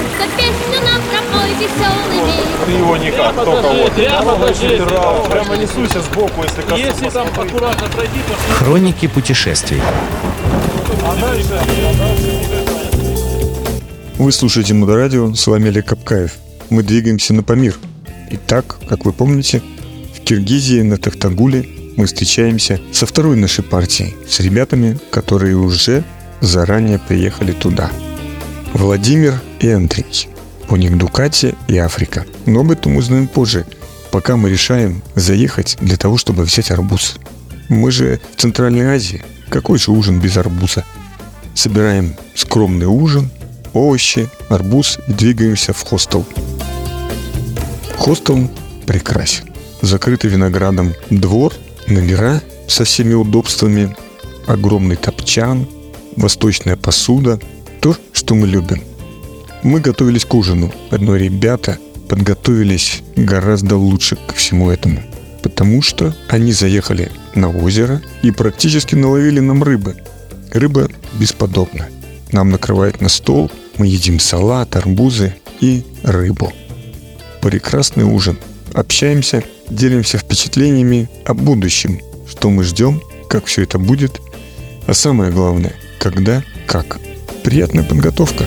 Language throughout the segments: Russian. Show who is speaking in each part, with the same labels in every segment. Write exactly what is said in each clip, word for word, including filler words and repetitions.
Speaker 1: За песню нам пропой веселыми.
Speaker 2: Ты его никак, только вот.
Speaker 3: Прямо по
Speaker 2: Прямо несуйся сбоку, если коснуться.
Speaker 3: Если там аккуратно пройти, то...
Speaker 4: Хроники путешествий.
Speaker 2: А дальше, а дальше...
Speaker 5: Вы слушаете Моторадио, с вами Олег Капкаев. Мы двигаемся на Памир. Итак, как вы помните, в Киргизии на Тахтагуле мы встречаемся со второй нашей партией, с ребятами, которые уже заранее приехали туда. Владимир и Андрей. У них Дукати и Африка. Но об этом узнаем позже, пока мы решаем заехать для того, чтобы взять арбуз. Мы же в Центральной Азии. Какой же ужин без арбуза? Собираем скромный ужин, овощи, арбуз и двигаемся в хостел. Хостел прекрасен. Закрытый виноградом двор, номера со всеми удобствами, огромный топчан, восточная посуда. То, что мы любим. Мы готовились к ужину, но ребята подготовились гораздо лучше ко всему этому. Потому что они заехали на озеро и практически наловили нам рыбы. Рыба бесподобна. Нам накрывают на стол, мы едим салат, арбузы и рыбу. Прекрасный ужин. Общаемся, делимся впечатлениями о будущем, что мы ждем, как все это будет, а самое главное, когда, как. Приятная подготовка.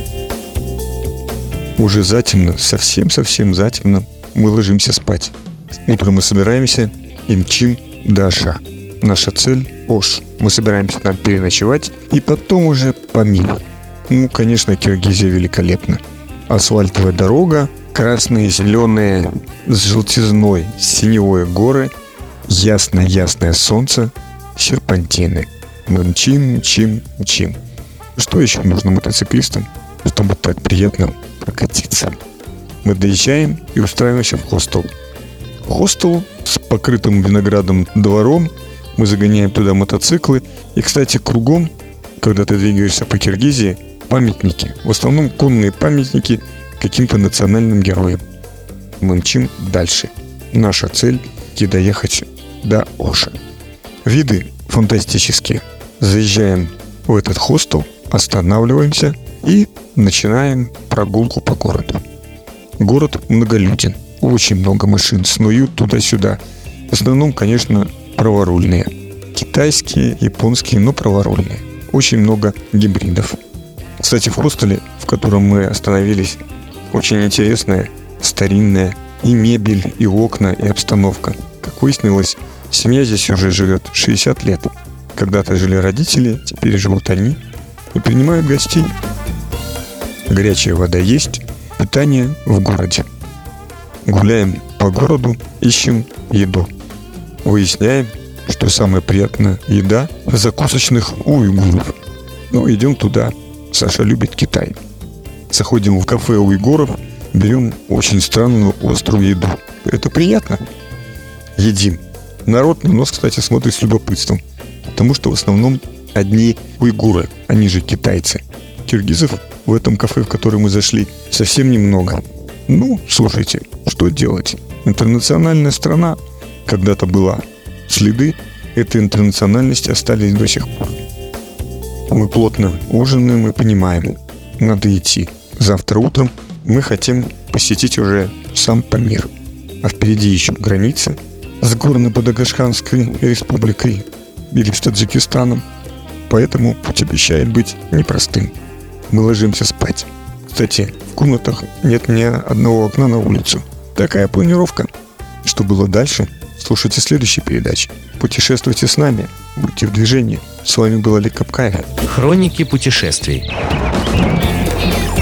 Speaker 5: Уже затемно, совсем-совсем затемно, мы ложимся спать. Утром мы собираемся и мчим до Оша. Наша цель – Ош. Мы собираемся там переночевать и потом уже Памир. Ну, конечно, Киргизия великолепна. Асфальтовая дорога, красные, зеленые, с желтизной, синевые горы, ясное-ясное солнце, серпантины. Мы мчим, мчим, мчим. Что еще нужно мотоциклистам, чтобы так приятно прокатиться? Мы доезжаем и устраиваемся в хостел. Хостел с покрытым виноградом двором. Мы загоняем туда мотоциклы. И, кстати, кругом, когда ты двигаешься по Киргизии, памятники. В основном конные памятники каким-то национальным героям. Мы мчим дальше. Наша цель – доехать до Оша. Виды фантастические. Заезжаем в этот хостел, останавливаемся и начинаем прогулку по городу. Город многолюден. Очень много машин снуют туда-сюда. В основном, конечно, праворульные. Китайские, японские, но праворульные. Очень много гибридов. Кстати, в хостеле, в котором мы остановились, очень интересная, старинная и мебель, и окна, и обстановка. Как выяснилось, семья здесь уже живет шестьдесят лет. Когда-то жили родители, теперь живут они и принимают гостей. Горячая вода есть, питание в городе. Гуляем по городу, ищем еду. Выясняем, что самая приятная еда в закусочных у уйгуров. Ну, идем туда. Саша любит Китай. Заходим в кафе у уйгуров, берем очень странную острую еду. Это приятно. Едим. Народ на нас, кстати, смотрит с любопытством. Потому что в основном одни уйгуры, они же китайцы. Киргизов в этом кафе, в которое мы зашли, совсем немного. Ну, слушайте, что делать? Интернациональная страна когда-то была. Следы этой интернациональности остались до сих пор. Мы плотно ужинаем и понимаем, надо идти. Завтра утром мы хотим посетить уже сам Памир. А впереди еще граница с Горно-Бадагашханской республикой или с Таджикистаном. Поэтому путь обещает быть непростым. Мы ложимся спать. Кстати, в комнатах нет ни одного окна на улицу. Такая планировка. Что было дальше, слушайте следующей передачи. Путешествуйте с нами, будьте в движении. С вами был Олег Капкаев.
Speaker 4: Хроники путешествий.